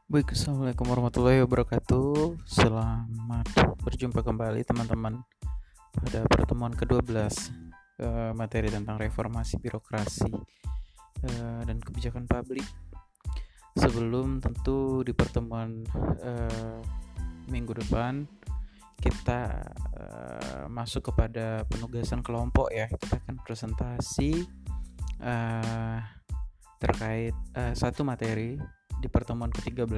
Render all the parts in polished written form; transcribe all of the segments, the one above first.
Baik, assalamualaikum warahmatullahi wabarakatuh. Selamat berjumpa kembali teman-teman pada pertemuan ke-12 materi tentang reformasi birokrasi dan kebijakan publik. Sebelum tentu di pertemuan minggu depan kita masuk kepada penugasan kelompok ya. Kita akan presentasi terkait satu materi di pertemuan ke-13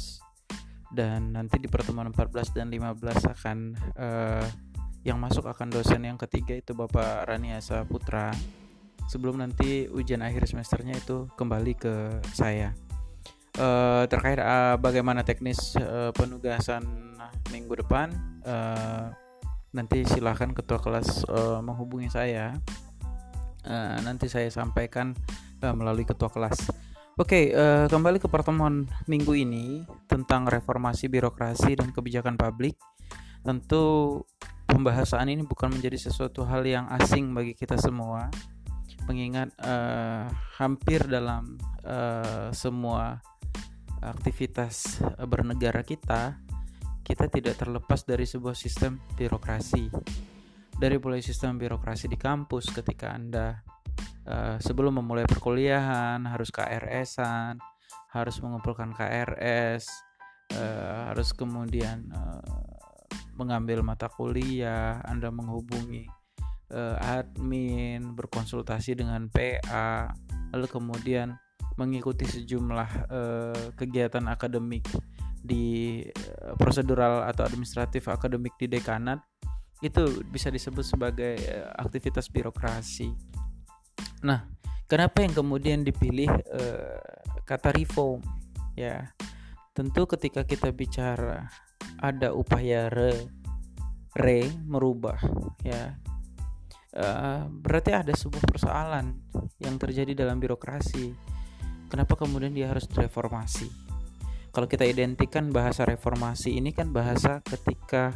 dan nanti di pertemuan 14 dan 15 akan yang masuk akan dosen yang ketiga itu Bapak Raniasa Putra, sebelum nanti ujian akhir semesternya itu kembali ke saya. Terkait bagaimana teknis penugasan minggu depan, nanti silahkan ketua kelas menghubungi saya, nanti saya sampaikan melalui ketua kelas. Oke, kembali ke pertemuan minggu ini tentang reformasi birokrasi dan kebijakan publik. Tentu pembahasan ini bukan menjadi sesuatu hal yang asing bagi kita semua, mengingat hampir dalam semua aktivitas bernegara kita tidak terlepas dari sebuah sistem birokrasi. Dari mulai sistem birokrasi di kampus ketika Anda sebelum memulai perkuliahan harus KRS-an, harus mengumpulkan KRS, harus kemudian mengambil mata kuliah, Anda menghubungi admin, berkonsultasi dengan PA, lalu kemudian mengikuti sejumlah kegiatan akademik di prosedural atau administratif akademik di dekanat. Itu bisa disebut sebagai aktivitas birokrasi. Nah, kenapa yang kemudian dipilih kata reform? Ya, tentu ketika kita bicara ada upaya merubah, ya, berarti ada sebuah persoalan yang terjadi dalam birokrasi. Kenapa kemudian dia harus reformasi? Kalau kita identikan bahasa reformasi ini kan bahasa ketika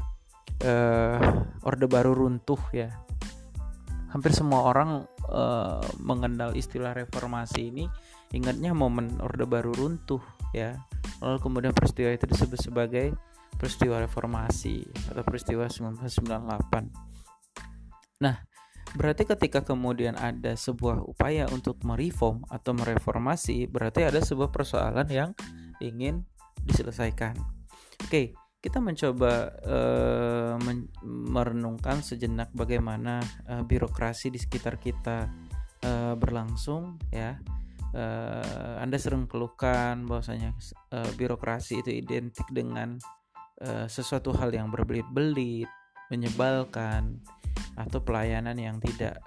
Orde Baru runtuh, ya. Hampir semua orang mengenal istilah reformasi ini ingatnya momen Orde Baru runtuh, ya. Lalu kemudian peristiwa itu disebut sebagai peristiwa reformasi atau peristiwa 1998. Nah, berarti ketika kemudian ada sebuah upaya untuk mereform atau mereformasi, berarti ada sebuah persoalan yang ingin diselesaikan. Oke, kita mencoba merenungkan sejenak bagaimana birokrasi di sekitar kita berlangsung, ya. Anda sering keluhkan bahwasanya birokrasi itu identik dengan sesuatu hal yang berbelit-belit, menyebalkan, atau pelayanan yang tidak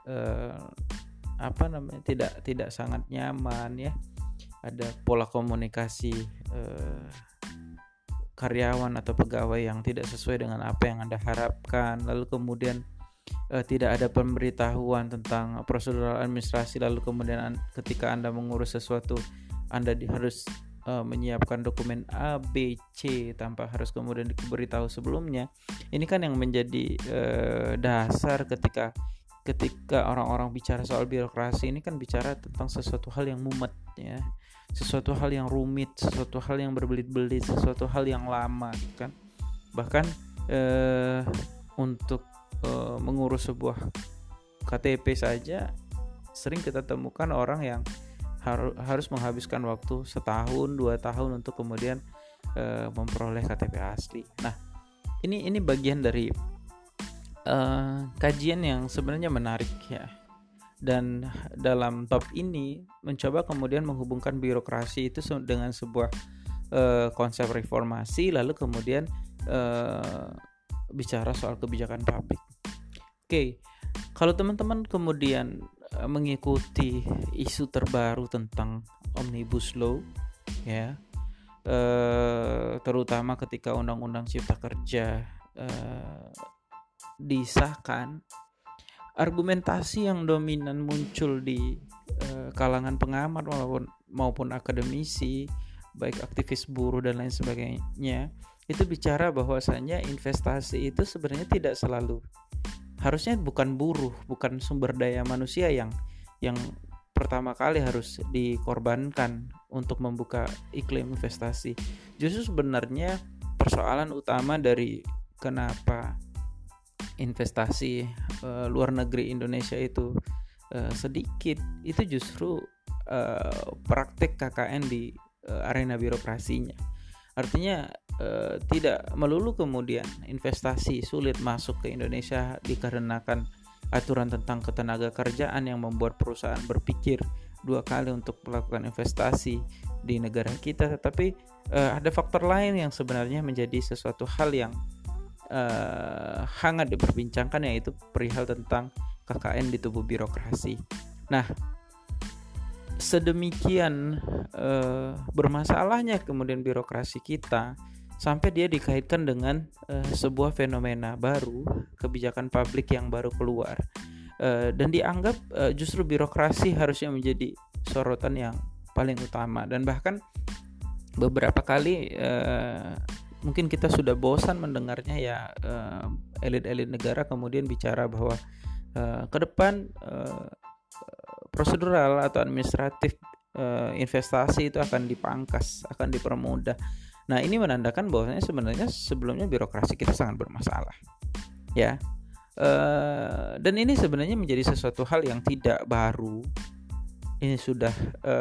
tidak sangat nyaman, ya. Ada pola komunikasi karyawan atau pegawai yang tidak sesuai dengan apa yang Anda harapkan, lalu kemudian tidak ada pemberitahuan tentang prosedur administrasi, lalu kemudian ketika Anda mengurus sesuatu Anda harus menyiapkan dokumen A, B, C tanpa harus kemudian diberitahu sebelumnya. Ini kan yang menjadi dasar ketika orang-orang bicara soal birokrasi ini kan bicara tentang sesuatu hal yang mumet, ya. Sesuatu hal yang rumit, sesuatu hal yang berbelit-belit, sesuatu hal yang lama, kan. Bahkan untuk mengurus sebuah KTP saja sering kita temukan orang yang harus menghabiskan waktu 1-2 tahun untuk kemudian memperoleh KTP asli. Nah, ini bagian dari kajian yang sebenarnya menarik, ya. Dan dalam top ini mencoba kemudian menghubungkan birokrasi itu dengan sebuah konsep reformasi, lalu kemudian bicara soal kebijakan publik. Oke, kalau teman-teman kemudian mengikuti isu terbaru tentang Omnibus Law, ya, terutama ketika Undang-Undang Cipta Kerja disahkan, argumentasi yang dominan muncul di kalangan pengamat maupun akademisi, baik aktivis buruh dan lain sebagainya, itu bicara bahwasanya investasi itu sebenarnya tidak selalu, harusnya bukan buruh, bukan sumber daya manusia yang pertama kali harus dikorbankan untuk membuka iklim investasi. Justru sebenarnya persoalan utama dari kenapa investasi luar negeri Indonesia itu sedikit, itu justru praktek KKN di arena birokrasinya. Artinya tidak melulu kemudian investasi sulit masuk ke Indonesia dikarenakan aturan tentang ketenaga kerjaan yang membuat perusahaan berpikir dua kali untuk melakukan investasi di negara kita, tetapi ada faktor lain yang sebenarnya menjadi sesuatu hal yang hangat diperbincangkan, yaitu perihal tentang KKN di tubuh birokrasi. Nah, sedemikian bermasalahnya kemudian birokrasi kita sampai dia dikaitkan dengan sebuah fenomena baru, kebijakan publik yang baru keluar, dan dianggap justru birokrasi harusnya menjadi sorotan yang paling utama. Dan bahkan beberapa kali mungkin kita sudah bosan mendengarnya ya, elit-elit negara kemudian bicara bahwa ke depan prosedural atau administratif investasi itu akan dipangkas, akan dipermudah. Nah, ini menandakan bahwasanya sebenarnya sebelumnya birokrasi kita sangat bermasalah, ya. Dan ini sebenarnya menjadi sesuatu hal yang tidak baru. Ini sudah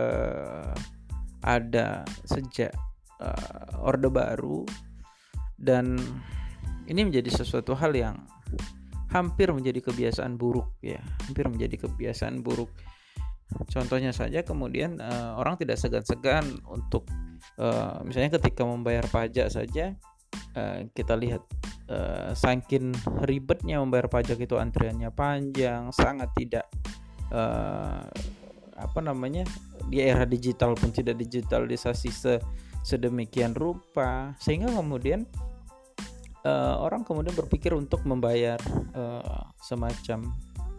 ada sejak Orde Baru, dan ini menjadi sesuatu hal yang hampir menjadi kebiasaan buruk, ya, hampir menjadi kebiasaan buruk. Contohnya saja kemudian orang tidak segan-segan untuk misalnya ketika membayar pajak saja, kita lihat saking ribetnya membayar pajak itu antriannya panjang, sangat tidak di era digital pun tidak digitalisasi sedemikian rupa, sehingga kemudian orang kemudian berpikir untuk membayar semacam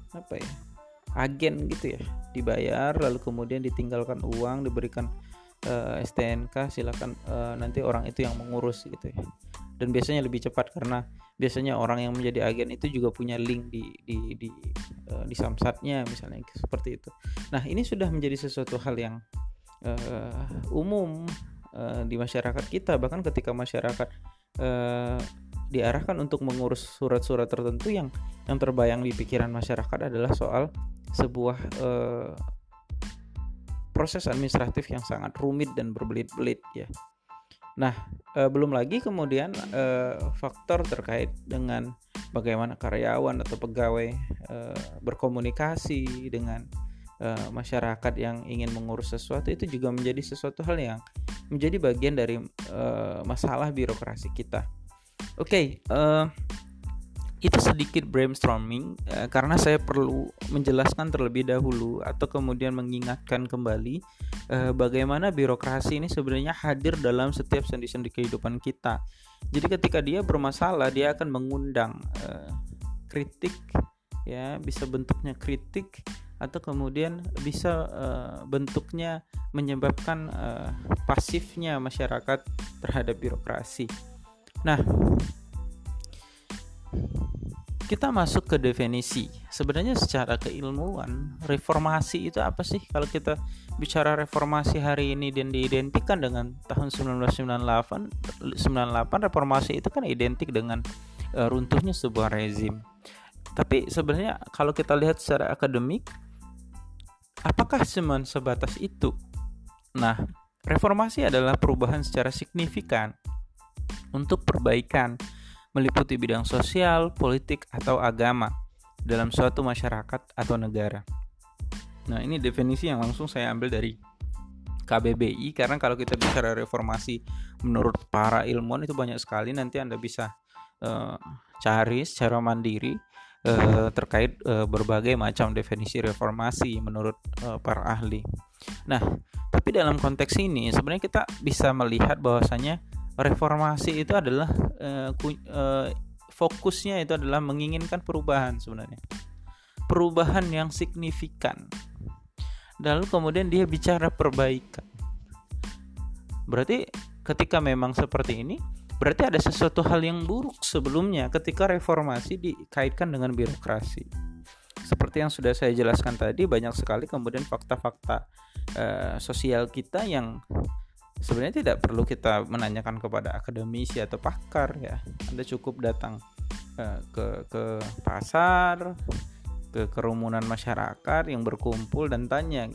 agen gitu ya, dibayar lalu kemudian ditinggalkan uang, diberikan STNK, silakan nanti orang itu yang mengurus gitu ya. Dan biasanya lebih cepat karena biasanya orang yang menjadi agen itu juga punya link di Samsatnya misalnya, seperti itu. Nah, ini sudah menjadi sesuatu hal yang umum di masyarakat kita. Bahkan ketika masyarakat diarahkan untuk mengurus surat-surat tertentu, yang terbayang di pikiran masyarakat adalah soal sebuah proses administratif yang sangat rumit dan berbelit-belit ya. Nah, belum lagi kemudian faktor terkait dengan bagaimana karyawan atau pegawai berkomunikasi dengan masyarakat yang ingin mengurus sesuatu, itu juga menjadi sesuatu hal yang menjadi bagian dari masalah birokrasi kita. Oke, itu sedikit brainstorming karena saya perlu menjelaskan terlebih dahulu atau kemudian mengingatkan kembali bagaimana birokrasi ini sebenarnya hadir dalam setiap sendi-sendi kehidupan kita. Jadi ketika dia bermasalah, dia akan mengundang kritik, ya, bisa bentuknya kritik atau kemudian bisa bentuknya menyebabkan pasifnya masyarakat terhadap birokrasi. Nah, kita masuk ke definisi. Sebenarnya secara keilmuan, reformasi itu apa sih? Kalau kita bicara reformasi hari ini dan diidentikan dengan tahun 1998, reformasi itu kan identik dengan runtuhnya sebuah rezim. Tapi sebenarnya kalau kita lihat secara akademik, apakah cuma sebatas itu? Nah, reformasi adalah perubahan secara signifikan untuk perbaikan, meliputi bidang sosial, politik, atau agama dalam suatu masyarakat atau negara. Nah, ini definisi yang langsung saya ambil dari KBBI, karena kalau kita bicara reformasi menurut para ilmuwan itu banyak sekali. Nanti Anda bisa cari secara mandiri terkait berbagai macam definisi reformasi menurut para ahli. Nah, tapi dalam konteks ini sebenarnya kita bisa melihat bahwasanya reformasi itu adalah fokusnya itu adalah menginginkan perubahan, sebenarnya perubahan yang signifikan. Lalu kemudian dia bicara perbaikan. Berarti ketika memang seperti ini, berarti ada sesuatu hal yang buruk sebelumnya ketika reformasi dikaitkan dengan birokrasi. seperti yang sudah saya jelaskan tadi, banyak sekali kemudian fakta-fakta sosial kita yang sebenarnya tidak perlu kita menanyakan kepada akademisi atau pakar ya. Anda cukup datang ke pasar, ke kerumunan masyarakat yang berkumpul dan tanya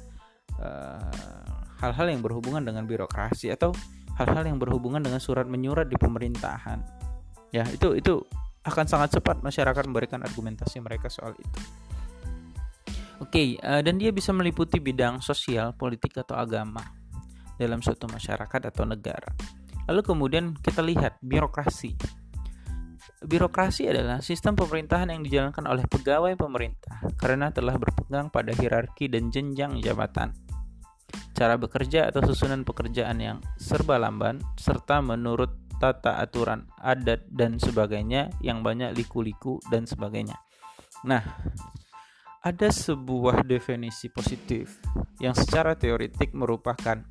hal-hal yang berhubungan dengan birokrasi atau hal-hal yang berhubungan dengan surat menyurat di pemerintahan. Ya, itu akan sangat cepat masyarakat memberikan argumentasi mereka soal itu. Oke, dan dia bisa meliputi bidang sosial, politik atau agama dalam suatu masyarakat atau negara. Lalu kemudian kita lihat birokrasi. Birokrasi adalah sistem pemerintahan yang dijalankan oleh pegawai pemerintah karena telah berpegang pada hierarki dan jenjang jabatan, cara bekerja atau susunan pekerjaan yang serba lamban, serta menurut tata aturan adat dan sebagainya yang banyak liku-liku dan sebagainya. Nah, ada sebuah definisi positif yang secara teoretik merupakan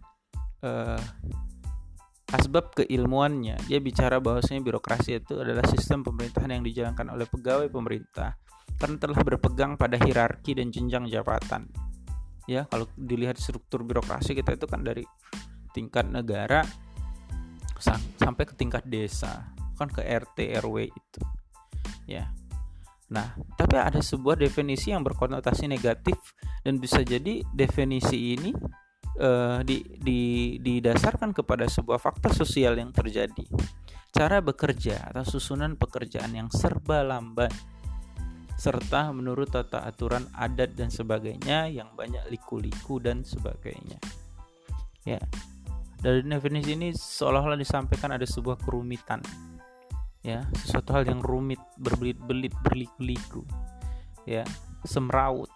asbab keilmuannya. Dia bicara bahwasanya birokrasi itu adalah sistem pemerintahan yang dijalankan oleh pegawai pemerintah karena telah berpegang pada hierarki dan jenjang jabatan. Ya, kalau dilihat struktur birokrasi kita itu kan dari tingkat negara sampai ke tingkat desa, kan ke RT RW itu. Ya. Nah, tapi ada sebuah definisi yang berkonotasi negatif dan bisa jadi definisi ini didasarkan kepada sebuah fakta sosial yang terjadi. Cara bekerja atau susunan pekerjaan yang serba lamban serta menurut tata aturan adat dan sebagainya yang banyak liku-liku dan sebagainya. Ya. Dari definisi ini seolah-olah disampaikan ada sebuah kerumitan. Ya, sesuatu hal yang rumit, berbelit-belit, berliku-liku. Ya, semrawut.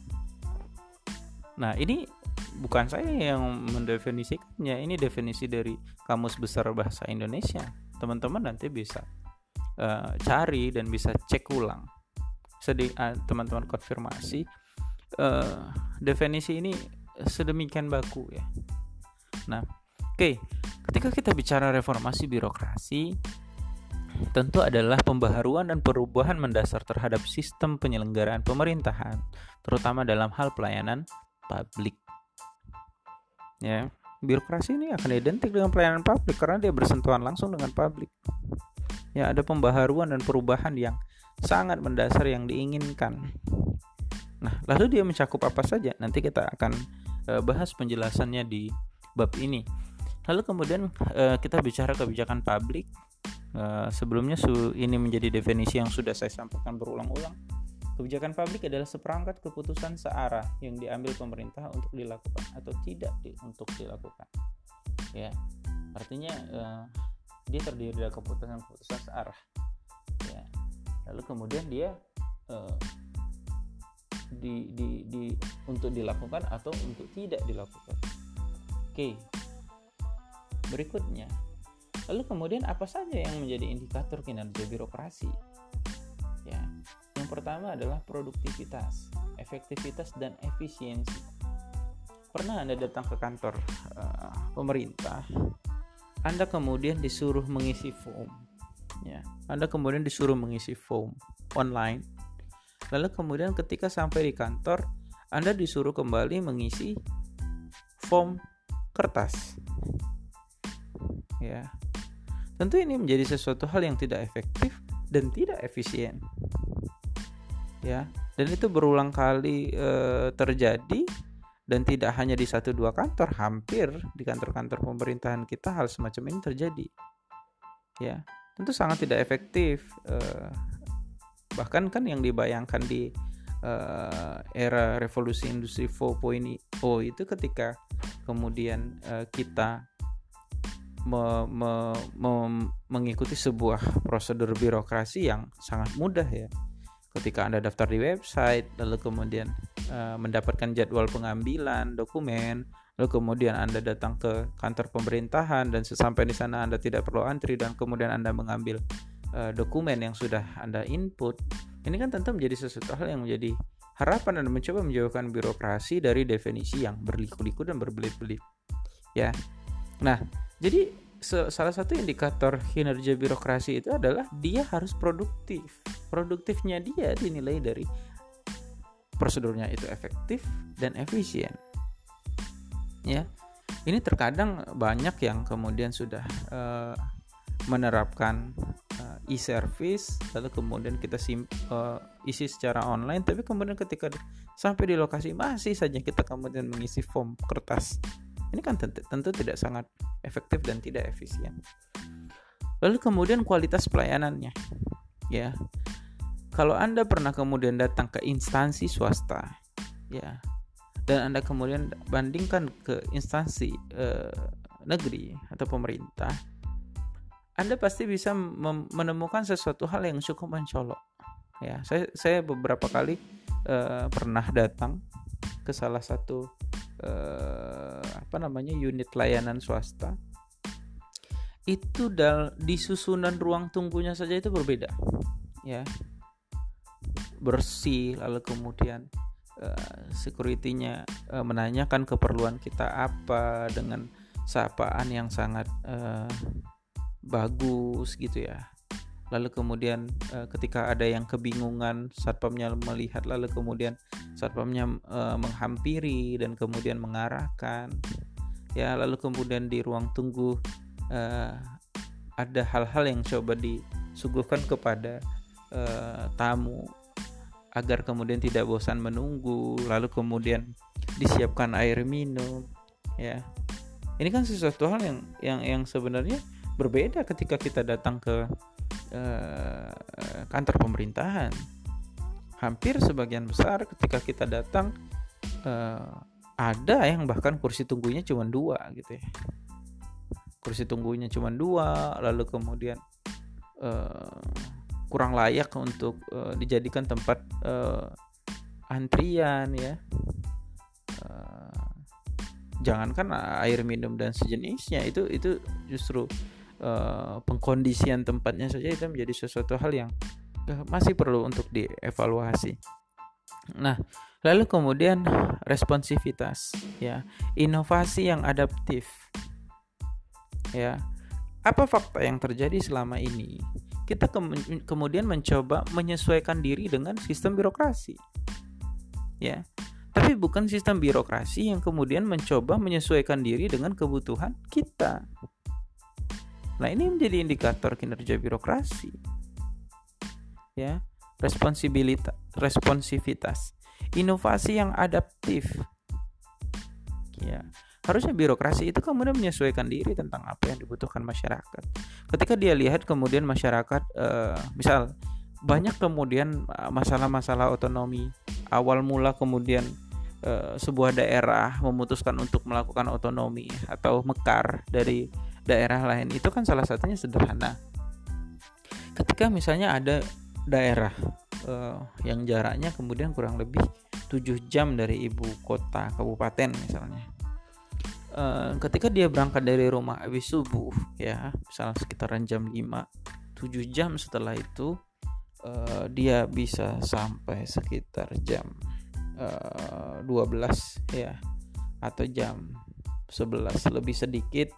Nah, ini bukan saya yang mendefinisikannya, ini definisi dari Kamus Besar Bahasa Indonesia. Teman-teman nanti bisa cari dan bisa cek ulang. Teman-teman konfirmasi definisi ini sedemikian baku ya. Nah, oke, ketika kita bicara reformasi birokrasi, tentu adalah pembaharuan dan perubahan mendasar terhadap sistem penyelenggaraan pemerintahan, terutama dalam hal pelayanan publik. Ya, birokrasi ini akan identik dengan pelayanan publik karena dia bersentuhan langsung dengan publik. Ya, ada pembaharuan dan perubahan yang sangat mendasar yang diinginkan. Nah, lalu dia mencakup apa saja? Nanti kita akan bahas penjelasannya di bab ini. Lalu kemudian kita bicara kebijakan publik. Sebelumnya ini menjadi definisi yang sudah saya sampaikan berulang-ulang. Kebijakan publik adalah seperangkat keputusan searah yang diambil pemerintah untuk dilakukan atau tidak untuk dilakukan. Ya, artinya dia terdiri dari keputusan searah. Ya. Lalu kemudian dia untuk dilakukan atau untuk tidak dilakukan. Oke. Berikutnya, lalu kemudian apa saja yang menjadi indikator kinerja birokrasi? Ya, yang pertama adalah produktivitas, efektivitas dan efisiensi. Pernah Anda datang ke kantor pemerintah, Anda kemudian disuruh mengisi form, ya, Anda kemudian disuruh mengisi form online. Lalu kemudian ketika sampai di kantor, Anda disuruh kembali mengisi form kertas. Ya, tentu ini menjadi sesuatu hal yang tidak efektif dan tidak efisien. Ya, dan itu berulang kali terjadi dan tidak hanya di 1-2 kantor, hampir di kantor-kantor pemerintahan kita hal semacam ini terjadi. Ya, tentu sangat tidak efektif. Bahkan kan yang dibayangkan di era revolusi industri 4.0 itu ketika kemudian kita mengikuti sebuah prosedur birokrasi yang sangat mudah ya. Ketika Anda daftar di website, lalu kemudian mendapatkan jadwal pengambilan dokumen, lalu kemudian Anda datang ke kantor pemerintahan dan sesampai di sana Anda tidak perlu antri dan kemudian Anda mengambil dokumen yang sudah Anda input. Ini kan tentu menjadi sesuatu hal yang menjadi harapan dan mencoba menjauhkan birokrasi dari definisi yang berliku-liku dan berbelit-belit. Ya. Nah, jadi salah satu indikator kinerja birokrasi itu adalah dia harus produktif. Produktifnya dia dinilai dari prosedurnya itu efektif dan efisien. Ya, ini terkadang banyak yang kemudian sudah menerapkan e-service, lalu kemudian kita isi secara online, tapi kemudian ketika sampai di lokasi masih saja kita kemudian mengisi form kertas. Ini kan tentu tidak sangat efektif dan tidak efisien. Lalu kemudian kualitas pelayanannya, ya. Kalau Anda pernah kemudian datang ke instansi swasta, ya, dan Anda kemudian bandingkan ke instansi negeri atau pemerintah, Anda pasti bisa menemukan sesuatu hal yang cukup mencolok. Ya, saya beberapa kali pernah datang ke salah satu unit layanan swasta. Itu di susunan ruang tunggunya saja itu berbeda. Ya. Bersih, lalu kemudian security-nya menanyakan keperluan kita apa dengan sapaan yang sangat bagus gitu ya. Lalu kemudian ketika ada yang kebingungan, satpamnya melihat, lalu kemudian satpamnya menghampiri dan kemudian mengarahkan. Ya, lalu kemudian di ruang tunggu ada hal-hal yang coba disuguhkan kepada tamu agar kemudian tidak bosan menunggu, lalu kemudian disiapkan air minum. Ya, ini kan sesuatu hal yang sebenarnya berbeda ketika kita datang ke kantor pemerintahan. Hampir sebagian besar ketika kita datang ada yang bahkan kursi tunggunya cuma 2 gitu ya. Kursi tunggunya cuma 2, lalu kemudian kurang layak untuk dijadikan tempat antrian ya. Jangankan air minum dan sejenisnya, itu justru pengkondisian tempatnya saja itu menjadi sesuatu hal yang masih perlu untuk dievaluasi. Nah, lalu kemudian responsivitas, ya, inovasi yang adaptif. Ya, apa fakta yang terjadi selama ini? Kita kemudian mencoba menyesuaikan diri dengan sistem birokrasi, ya. Tapi bukan sistem birokrasi yang kemudian mencoba menyesuaikan diri dengan kebutuhan kita. Nah, ini menjadi indikator kinerja birokrasi. Ya, responsivitas, inovasi yang adaptif. Ya, harusnya birokrasi itu kemudian menyesuaikan diri tentang apa yang dibutuhkan masyarakat. Ketika dia lihat kemudian masyarakat misal banyak kemudian masalah-masalah otonomi, awal mula kemudian sebuah daerah memutuskan untuk melakukan otonomi atau mekar dari daerah lain, itu kan salah satunya sederhana. Ketika misalnya ada daerah yang jaraknya kemudian kurang lebih 7 jam dari ibu kota kabupaten misalnya, ketika dia berangkat dari rumah habis subuh ya, misalnya sekitaran jam 5, 7 jam setelah itu dia bisa sampai sekitar jam 12 ya, atau jam 11 lebih sedikit.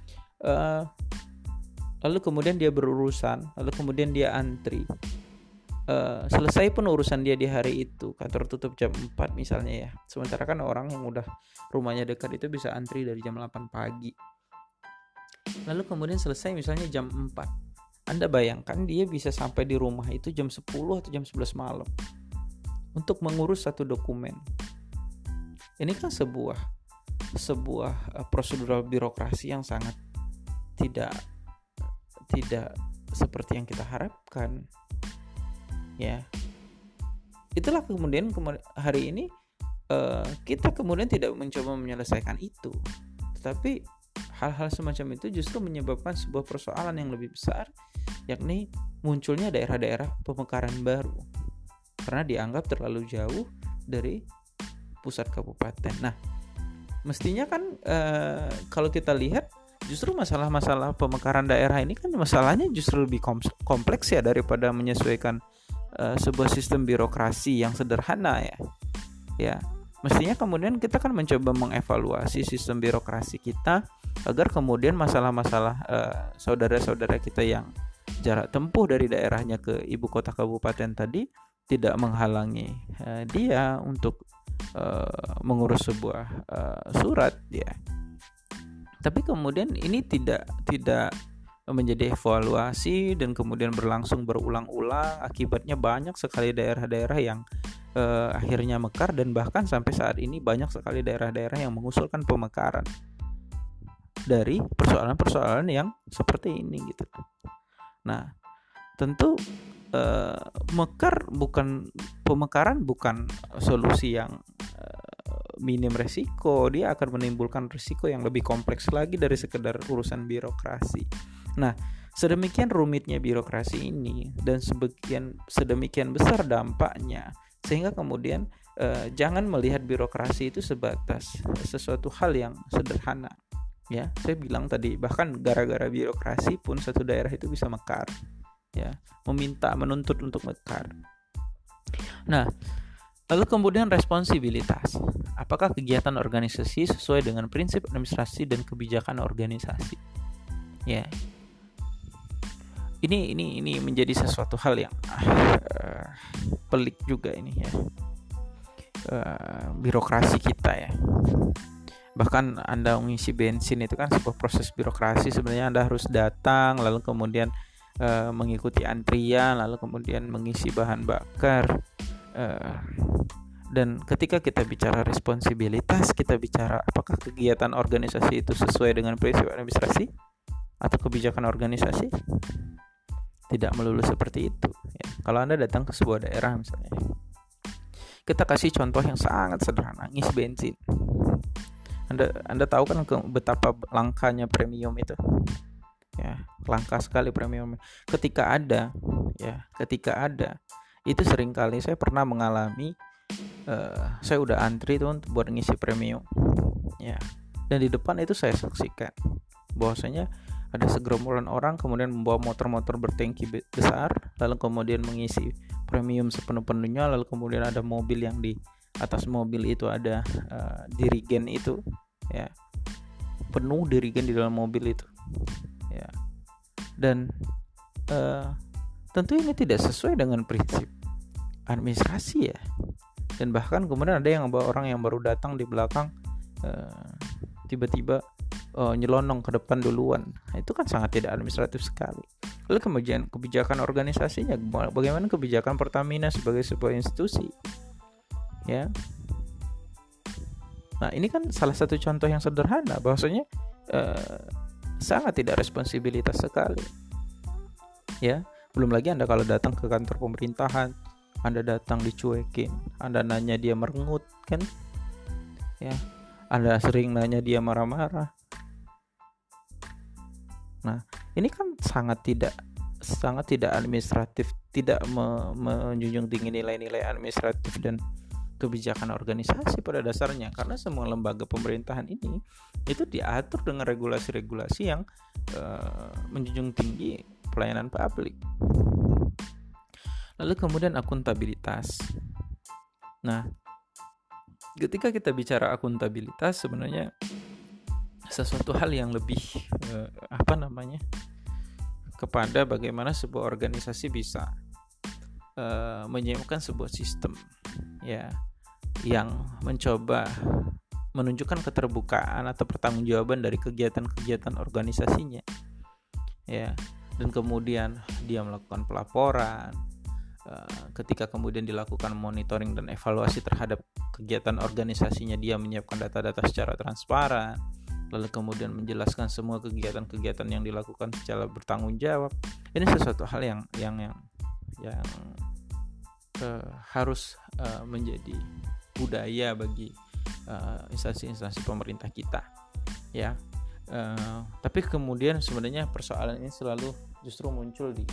Lalu kemudian dia berurusan, lalu kemudian dia antri. Selesai pun urusan dia di hari itu, kantor tutup jam 4 misalnya ya. Sementara kan orang yang udah rumahnya dekat itu bisa antri dari jam 8 pagi. Lalu kemudian selesai misalnya jam 4. Anda bayangkan dia bisa sampai di rumah itu jam 10 atau jam 11 malam untuk mengurus satu dokumen. Ini kan sebuah prosedural birokrasi yang sangat tidak seperti yang kita harapkan. Ya, itulah kemudian hari ini kita kemudian tidak mencoba menyelesaikan itu, tetapi hal-hal semacam itu justru menyebabkan sebuah persoalan yang lebih besar, yakni munculnya daerah-daerah pemekaran baru karena dianggap terlalu jauh dari pusat kabupaten. Nah, mestinya kan kalau kita lihat justru masalah-masalah pemekaran daerah ini kan masalahnya justru lebih kompleks ya daripada menyesuaikan sebuah sistem birokrasi yang sederhana ya. Ya, mestinya kemudian kita kan mencoba mengevaluasi sistem birokrasi kita agar kemudian masalah-masalah saudara-saudara kita yang jarak tempuh dari daerahnya ke ibu kota kabupaten tadi tidak menghalangi dia untuk mengurus sebuah surat ya. Tapi kemudian ini tidak menjadi evaluasi dan kemudian berlangsung berulang-ulang. Akibatnya banyak sekali daerah-daerah yang akhirnya mekar, dan bahkan sampai saat ini banyak sekali daerah-daerah yang mengusulkan pemekaran dari persoalan-persoalan yang seperti ini gitu. Nah, tentu pemekaran bukan solusi yang minim resiko. Dia akan menimbulkan resiko yang lebih kompleks lagi dari sekedar urusan birokrasi. Nah, sedemikian rumitnya birokrasi ini dan sedemikian besar dampaknya, sehingga kemudian jangan melihat birokrasi itu sebatas sesuatu hal yang sederhana. Ya, saya bilang tadi, bahkan gara-gara birokrasi pun satu daerah itu bisa mekar. Ya, menuntut untuk mekar. Nah, lalu kemudian responsibilitas. Apakah kegiatan organisasi sesuai dengan prinsip administrasi dan kebijakan organisasi? Ya. Ini menjadi sesuatu hal yang pelik juga ini ya. Birokrasi kita ya. Bahkan Anda mengisi bensin itu kan sebuah proses birokrasi. Sebenarnya Anda harus datang, lalu kemudian mengikuti antrian, lalu kemudian mengisi bahan bakar. Dan ketika kita bicara responsibilitas, kita bicara apakah kegiatan organisasi itu sesuai dengan prinsip administrasi atau kebijakan organisasi? Tidak melulu seperti itu ya. Kalau Anda datang ke sebuah daerah misalnya, kita kasih contoh yang sangat sederhana, ngisi bensin. Anda tahu kan betapa langkanya premium itu ya, langka sekali premium. Ketika ada itu seringkali saya pernah mengalami, saya udah antri tuh buat ngisi premium ya, dan di depan itu saya saksikan bahwasanya ada segerombolan orang kemudian membawa motor-motor bertangki besar, lalu kemudian mengisi premium sepenuh-penuhnya, lalu kemudian ada mobil yang di atas mobil itu ada dirigen itu ya, penuh dirigen di dalam mobil itu ya. Dan tentu ini tidak sesuai dengan prinsip administrasi ya. Dan bahkan kemudian ada yang bawa orang yang baru datang di belakang tiba-tiba nyelonong ke depan duluan. Nah, itu kan sangat tidak administratif sekali. Lalu kemudian kebijakan organisasinya, bagaimana kebijakan Pertamina sebagai sebuah institusi ya. Nah, ini kan salah satu contoh yang sederhana bahwasanya sangat tidak responsibilitas sekali ya. Belum lagi Anda kalau datang ke kantor pemerintahan, Anda datang dicuekin, Anda nanya dia merengut kan ya, Anda sering nanya dia marah-marah. Nah, ini kan sangat tidak administratif, tidak menjunjung tinggi nilai-nilai administratif dan kebijakan organisasi pada dasarnya, karena semua lembaga pemerintahan ini itu diatur dengan regulasi-regulasi yang menjunjung tinggi pelayanan publik. Lalu kemudian akuntabilitas. Nah, ketika kita bicara akuntabilitas, sebenarnya sesuatu hal yang lebih kepada bagaimana sebuah organisasi bisa menyiapkan sebuah sistem ya, yang mencoba menunjukkan keterbukaan atau pertanggungjawaban dari kegiatan-kegiatan organisasinya ya, dan kemudian dia melakukan pelaporan. Ketika kemudian dilakukan monitoring dan evaluasi terhadap kegiatan organisasinya, dia menyiapkan data-data secara transparan, lalu kemudian menjelaskan semua kegiatan-kegiatan yang dilakukan secara bertanggung jawab. Ini sesuatu hal yang harus menjadi budaya bagi instansi-instansi pemerintah kita ya. Tapi kemudian sebenarnya persoalan ini selalu justru muncul di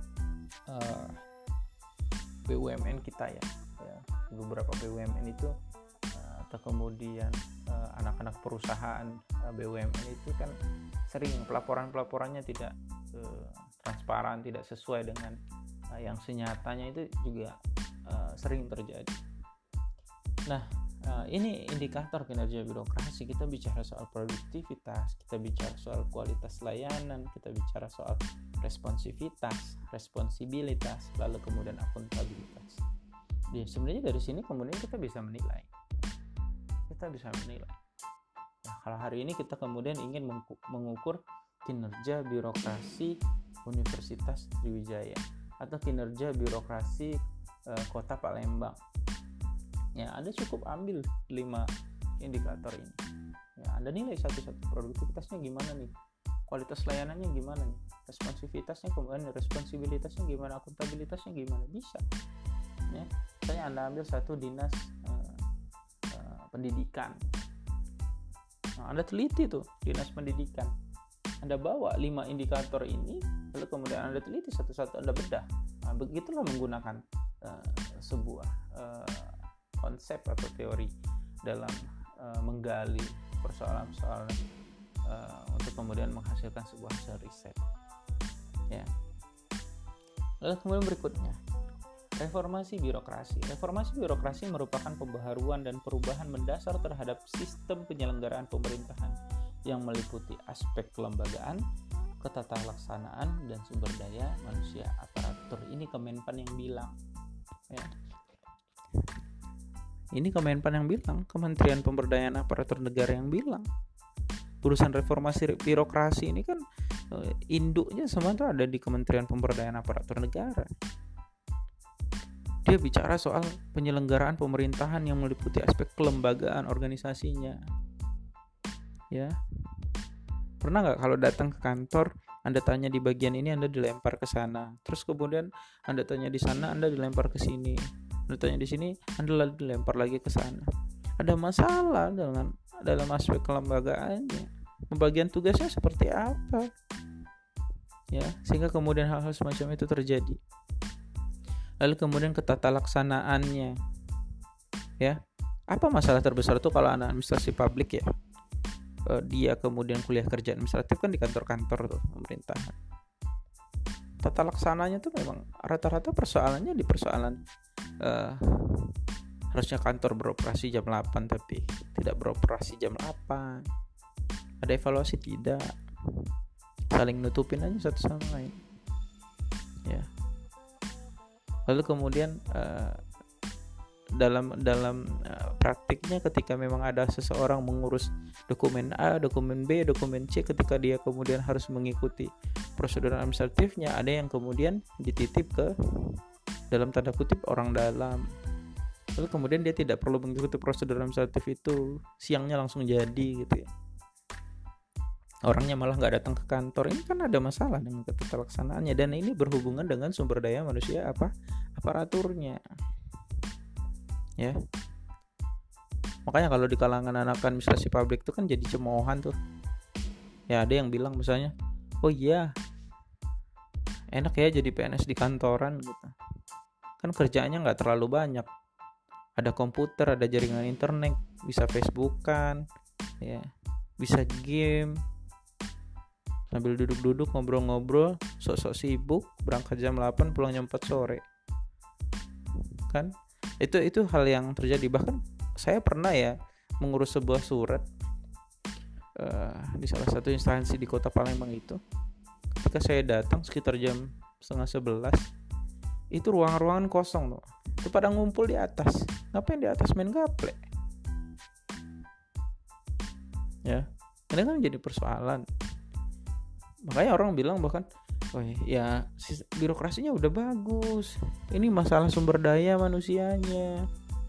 BUMN kita ya. Beberapa BUMN itu atau kemudian anak-anak perusahaan BUMN itu kan sering pelaporannya tidak transparan, tidak sesuai dengan yang senyatanya, itu juga sering terjadi. Nah, ini indikator kinerja birokrasi. Kita bicara soal produktivitas, kita bicara soal kualitas layanan, kita bicara soal responsivitas, responsibilitas, lalu kemudian akuntabilitas. Ya, sebenarnya dari sini kemudian kita bisa menilai. Nah, kalau hari ini kita kemudian ingin mengukur kinerja birokrasi Universitas Sriwijaya atau kinerja birokrasi Kota Palembang. Ya, Anda cukup ambil 5 indikator ini. Ya, Anda nilai satu-satu, produktivitasnya gimana nih, kualitas layanannya gimana nih, responsivitasnya, kemudian responsibilitasnya gimana, akuntabilitasnya gimana, bisa. Ya, misalnya Anda ambil satu dinas pendidikan. Nah, Anda teliti tuh dinas pendidikan. Anda bawa 5 indikator ini, lalu kemudian Anda teliti satu-satu, Anda bedah. Nah, begitulah menggunakan sebuah konsep atau teori dalam menggali persoalan-persoalan untuk kemudian menghasilkan sebuah hasil riset. Ya. Lalu kemudian berikutnya, reformasi birokrasi. Reformasi birokrasi merupakan pembaharuan dan perubahan mendasar terhadap sistem penyelenggaraan pemerintahan yang meliputi aspek kelembagaan, ketatalaksanaan, dan sumber daya manusia aparatur. Ini Kemenpan yang bilang. Ya. Ini Kemenpan yang bilang, Kementerian Pemberdayaan Aparatur Negara yang bilang. Urusan reformasi birokrasi ini kan induknya semua itu ada di Kementerian Pemberdayaan Aparatur Negara. Dia bicara soal penyelenggaraan pemerintahan yang meliputi aspek kelembagaan organisasinya. Ya, pernah nggak kalau datang ke kantor, Anda tanya di bagian ini, Anda dilempar ke sana. Terus kemudian Anda tanya di sana, Anda dilempar ke sini. Anda tanya di sini, Anda dilempar lagi ke sana. Ada masalah dalam aspek kelembagaannya. Pembagian tugasnya seperti apa? Ya, sehingga kemudian hal-hal semacam itu terjadi. Lalu kemudian ketatalaksanaannya, ya, apa masalah terbesar itu kalau anak administrasi publik ya, dia kemudian kuliah kerja administratif kan di kantor-kantor tuh pemerintahan. Tata laksananya tuh memang rata-rata persoalannya di persoalan harusnya kantor beroperasi jam 8 tapi tidak beroperasi jam 8. Ada evaluasi tidak? Saling nutupin aja satu sama lain. Ya. Lalu kemudian dalam praktiknya ketika memang ada seseorang mengurus dokumen A, dokumen B, dokumen C, ketika dia kemudian harus mengikuti prosedur administratifnya, ada yang kemudian dititip ke dalam tanda kutip orang dalam. Lalu kemudian dia tidak perlu mengikuti prosedur administratif itu, siangnya langsung jadi gitu ya. Orangnya malah nggak datang ke kantor. Ini kan ada masalah dengan ketataklaksanaannya, dan ini berhubungan dengan sumber daya manusia aparaturnya. Ya. Makanya kalau di kalangan anak administrasi publik itu kan jadi cemoohan tuh. Ya, ada yang bilang misalnya, "Oh iya, enak ya jadi PNS di kantoran gitu. Kan kerjaannya nggak terlalu banyak. Ada komputer, ada jaringan internet, bisa Facebookan, ya, bisa game. Sambil duduk-duduk ngobrol-ngobrol, sok-sok sibuk, berangkat jam 8, pulang jam 4 sore." Kan? Itu hal yang terjadi. Bahkan saya pernah ya mengurus sebuah surat di salah satu instansi di Kota Palembang itu. Ketika saya datang sekitar jam 10:30, itu ruangan-ruangan kosong tuh. Itu pada ngumpul di atas. Ngapain di atas, main gaple? Ya, ini kan jadi persoalan. Makanya orang bilang bahkan, "Oh ya, birokrasinya udah bagus. Ini masalah sumber daya manusianya."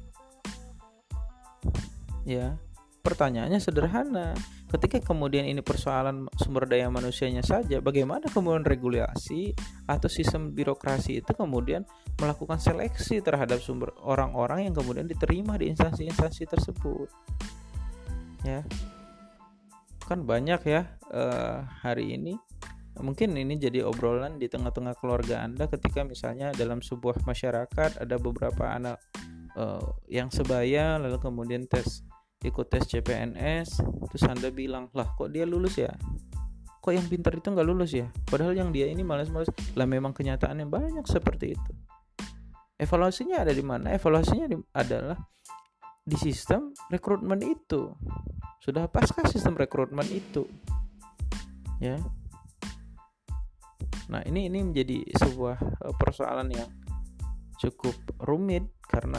Ya, pertanyaannya sederhana. Ketika kemudian ini persoalan sumber daya manusianya saja, bagaimana kemudian regulasi atau sistem birokrasi itu kemudian melakukan seleksi terhadap sumber orang-orang yang kemudian diterima di instansi-instansi tersebut? Ya, kan banyak ya hari ini. Mungkin ini jadi obrolan di tengah-tengah keluarga Anda ketika misalnya dalam sebuah masyarakat ada beberapa anak yang sebaya, lalu kemudian ikut tes CPNS, terus Anda bilang, "Lah kok dia lulus ya? Kok yang pintar itu nggak lulus ya? Padahal yang dia ini malas-malas." Lah memang kenyataannya banyak seperti itu. Evaluasinya ada di mana? Evaluasinya adalah di sistem rekrutmen itu. Sudah paskah sistem rekrutmen itu? Ya. Nah, ini menjadi sebuah persoalan yang cukup rumit karena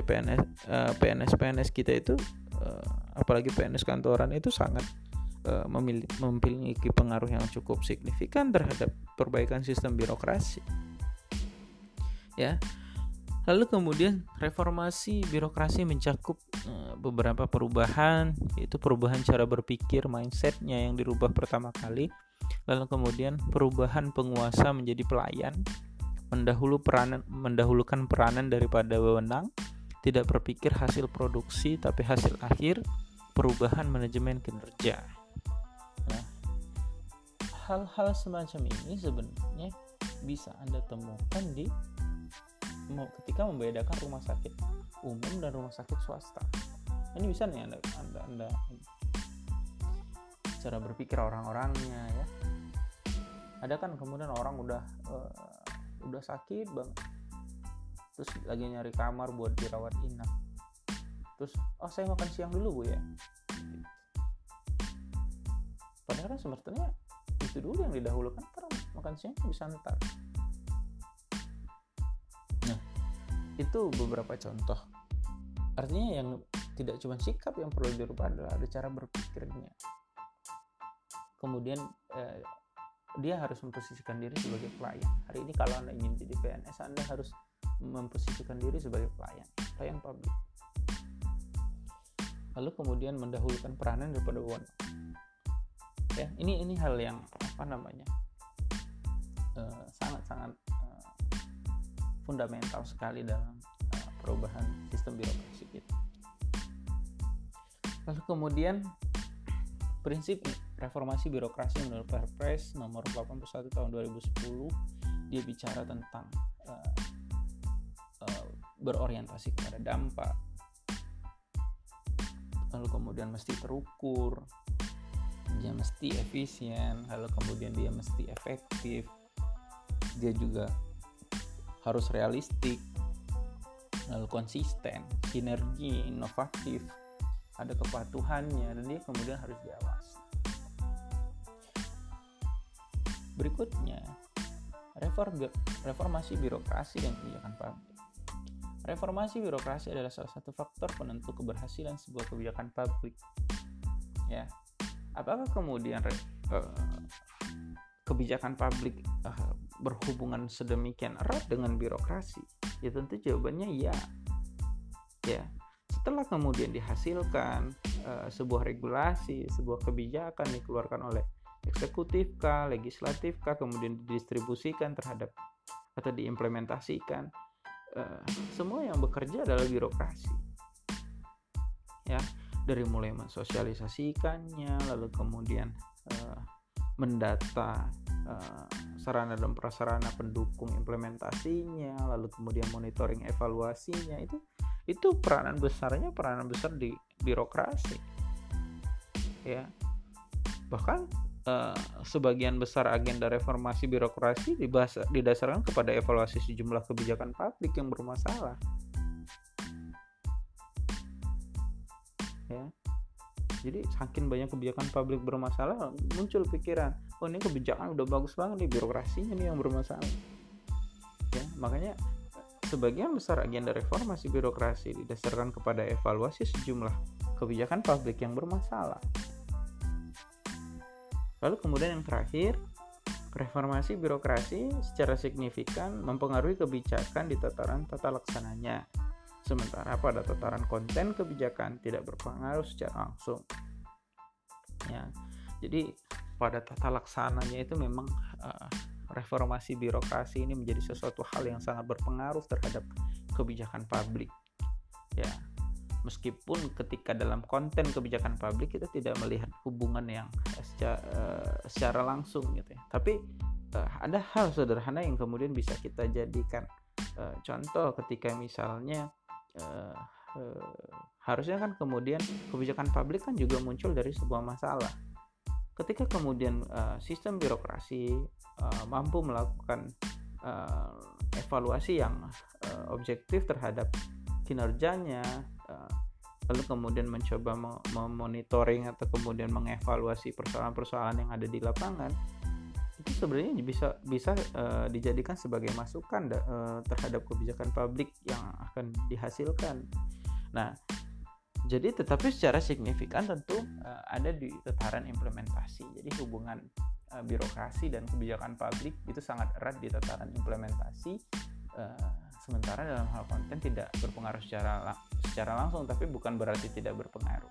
PNS kita itu apalagi PNS kantoran itu sangat memiliki pengaruh yang cukup signifikan terhadap perbaikan sistem birokrasi. Ya. Lalu kemudian reformasi birokrasi mencakup beberapa perubahan, yaitu perubahan cara berpikir, mindsetnya yang dirubah pertama kali. Lalu kemudian perubahan penguasa menjadi pelayan, mendahulukan peranan daripada wewenang, tidak berpikir hasil produksi tapi hasil akhir, perubahan manajemen kinerja. Nah, hal-hal semacam ini sebenarnya bisa Anda temukan ketika membedakan rumah sakit umum dan rumah sakit swasta. Ini bisa nih Anda cara berpikir orang-orangnya ya. Ada kan kemudian orang udah sakit banget, terus lagi nyari kamar buat dirawat inap, terus saya makan siang dulu Bu ya. Padahal sebetulnya itu dulu yang didahulukan, karena makan siang bisa ntar. Nah, itu beberapa contoh. Artinya yang tidak cuma sikap yang perlu dirubah, adalah ada cara berpikirnya. Kemudian dia harus memposisikan diri sebagai pelayan. Hari ini kalau Anda ingin jadi PNS, Anda harus memposisikan diri sebagai pelayan publik. Lalu kemudian mendahulukan peranan daripada wewenang. Ya, ini hal yang sangat-sangat fundamental sekali dalam perubahan sistem birokrasi kita. Lalu kemudian prinsip reformasi birokrasi menurut Perpres nomor 81 tahun 2010, dia bicara tentang berorientasi kepada dampak. Lalu kemudian mesti terukur, dia mesti efisien, lalu kemudian dia mesti efektif, dia juga harus realistik, lalu konsisten, sinergi, inovatif, ada kepatuhannya, dan dia kemudian harus diawasi. Berikutnya, reformasi birokrasi dan kebijakan publik. Reformasi birokrasi adalah salah satu faktor penentu keberhasilan sebuah kebijakan publik. Ya, apakah kemudian kebijakan publik berhubungan sedemikian erat dengan birokrasi? Ya tentu jawabannya ya. Ya, setelah kemudian dihasilkan sebuah regulasi, sebuah kebijakan dikeluarkan oleh eksekutif kah, legislatif kah, kemudian didistribusikan terhadap atau diimplementasikan, semua yang bekerja adalah birokrasi. Ya, dari mulai mensosialisasikannya, lalu kemudian mendata sarana dan prasarana pendukung implementasinya, lalu kemudian monitoring evaluasinya, itu peranan besar di birokrasi. Ya, bahkan sebagian besar agenda reformasi birokrasi didasarkan kepada evaluasi sejumlah kebijakan publik yang bermasalah. Ya, jadi saking banyak kebijakan publik bermasalah, muncul pikiran, ini kebijakan udah bagus banget nih, birokrasinya nih yang bermasalah. Ya, makanya sebagian besar agenda reformasi birokrasi didasarkan kepada evaluasi sejumlah kebijakan publik yang bermasalah. Lalu kemudian yang terakhir, reformasi birokrasi secara signifikan mempengaruhi kebijakan di tataran tata laksananya, sementara pada tataran konten kebijakan tidak berpengaruh secara langsung. Ya, jadi pada tata laksananya itu memang reformasi birokrasi ini menjadi sesuatu hal yang sangat berpengaruh terhadap kebijakan publik. Ya, meskipun ketika dalam konten kebijakan publik kita tidak melihat hubungan yang secara langsung gitu ya, tapi ada hal sederhana yang kemudian bisa kita jadikan contoh ketika misalnya harusnya kan kemudian kebijakan publik kan juga muncul dari sebuah masalah. Ketika kemudian sistem birokrasi mampu melakukan evaluasi yang objektif terhadap kinerjanya, lalu kemudian mencoba memonitoring atau kemudian mengevaluasi persoalan-persoalan yang ada di lapangan, itu sebenarnya bisa dijadikan sebagai masukan terhadap kebijakan publik yang akan dihasilkan. Nah, jadi tetapi secara signifikan tentu ada di tataran implementasi. Jadi hubungan birokrasi dan kebijakan publik itu sangat erat di tataran implementasi, sementara dalam hal konten tidak berpengaruh secara langsung, tapi bukan berarti tidak berpengaruh.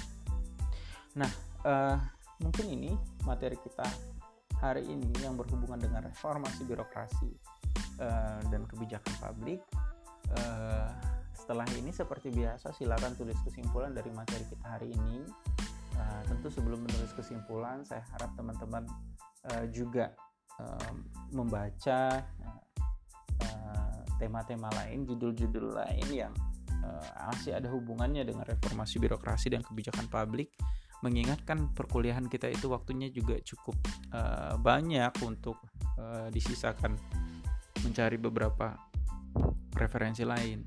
Nah, mungkin ini materi kita hari ini yang berhubungan dengan reformasi birokrasi dan kebijakan publik. Setelah ini seperti biasa silakan tulis kesimpulan dari materi kita hari ini. Tentu sebelum menulis kesimpulan, saya harap teman-teman juga membaca tema-tema lain, judul-judul lain yang masih ada hubungannya dengan reformasi birokrasi dan kebijakan publik. Mengingatkan perkuliahan kita itu waktunya juga cukup banyak untuk disisakan mencari beberapa referensi lain.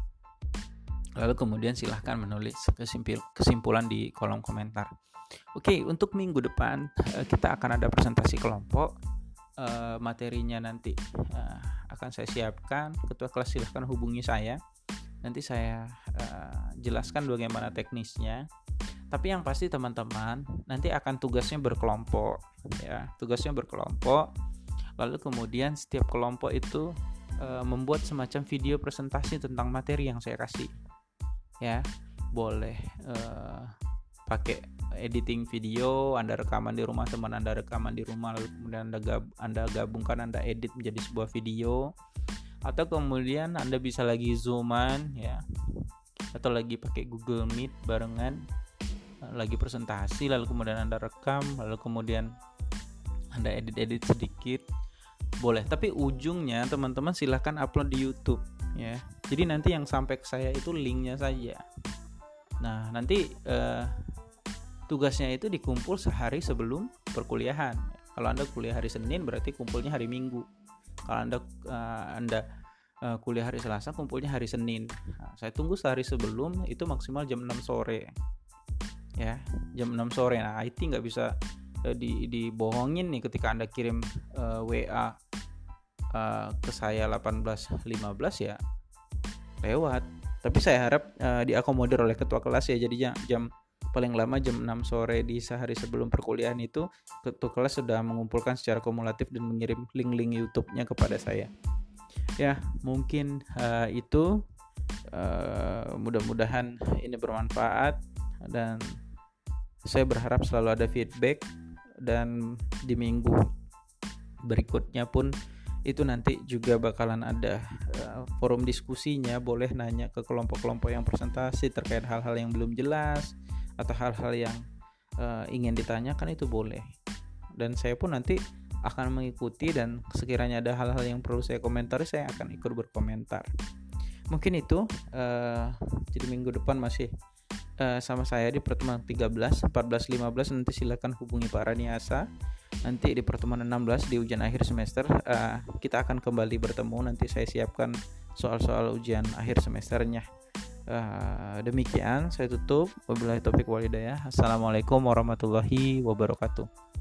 Lalu kemudian silahkan menulis kesimpulan di kolom komentar. Oke, untuk minggu depan kita akan ada presentasi kelompok. Materinya nanti akan saya siapkan. Ketua kelas silahkan hubungi saya. Nanti saya jelaskan bagaimana teknisnya. Tapi yang pasti teman-teman nanti akan tugasnya berkelompok, ya. Tugasnya berkelompok. Lalu kemudian setiap kelompok itu membuat semacam video presentasi tentang materi yang saya kasih. Ya, boleh pakai editing video, Anda rekaman di rumah, teman Anda rekaman di rumah, lalu kemudian Anda gabungkan, Anda edit menjadi sebuah video, atau kemudian Anda bisa lagi zooman, ya, atau lagi pakai Google Meet barengan, lagi presentasi, lalu kemudian Anda rekam, lalu kemudian Anda edit sedikit, boleh. Tapi ujungnya teman-teman silahkan upload di YouTube, ya. Jadi nanti yang sampai ke saya itu linknya saja. Nah, nanti tugasnya itu dikumpul sehari sebelum perkuliahan. Kalau Anda kuliah hari Senin berarti kumpulnya hari Minggu. Kalau Anda kuliah hari Selasa kumpulnya hari Senin. Nah, saya tunggu sehari sebelum, itu maksimal jam 6 sore. Ya, jam 6 sore. Nah, IT nggak bisa dibohongin nih ketika Anda kirim WA ke saya 18.15 ya lewat. Tapi saya harap diakomodir oleh ketua kelas ya. Jadi jam paling lama jam 6 sore di sehari sebelum perkuliahan itu ketua kelas sudah mengumpulkan secara kumulatif dan mengirim link-link YouTube-nya kepada saya. Ya, mungkin itu mudah-mudahan ini bermanfaat, dan saya berharap selalu ada feedback, dan di minggu berikutnya pun itu nanti juga bakalan ada forum diskusinya. Boleh nanya ke kelompok-kelompok yang presentasi terkait hal-hal yang belum jelas atau hal-hal yang ingin ditanyakan, itu boleh. Dan saya pun nanti akan mengikuti, dan sekiranya ada hal-hal yang perlu saya komentari, saya akan ikut berkomentar. Mungkin itu. Jadi minggu depan masih sama saya di pertemuan 13, 14, 15. Nanti silakan hubungi Pak Raniasa. Nanti di pertemuan 16 di ujian akhir semester kita akan kembali bertemu. Nanti saya siapkan soal-soal ujian akhir semesternya. Demikian saya tutup. Wabillahi taufiq wal hidayah. Assalamualaikum warahmatullahi wabarakatuh.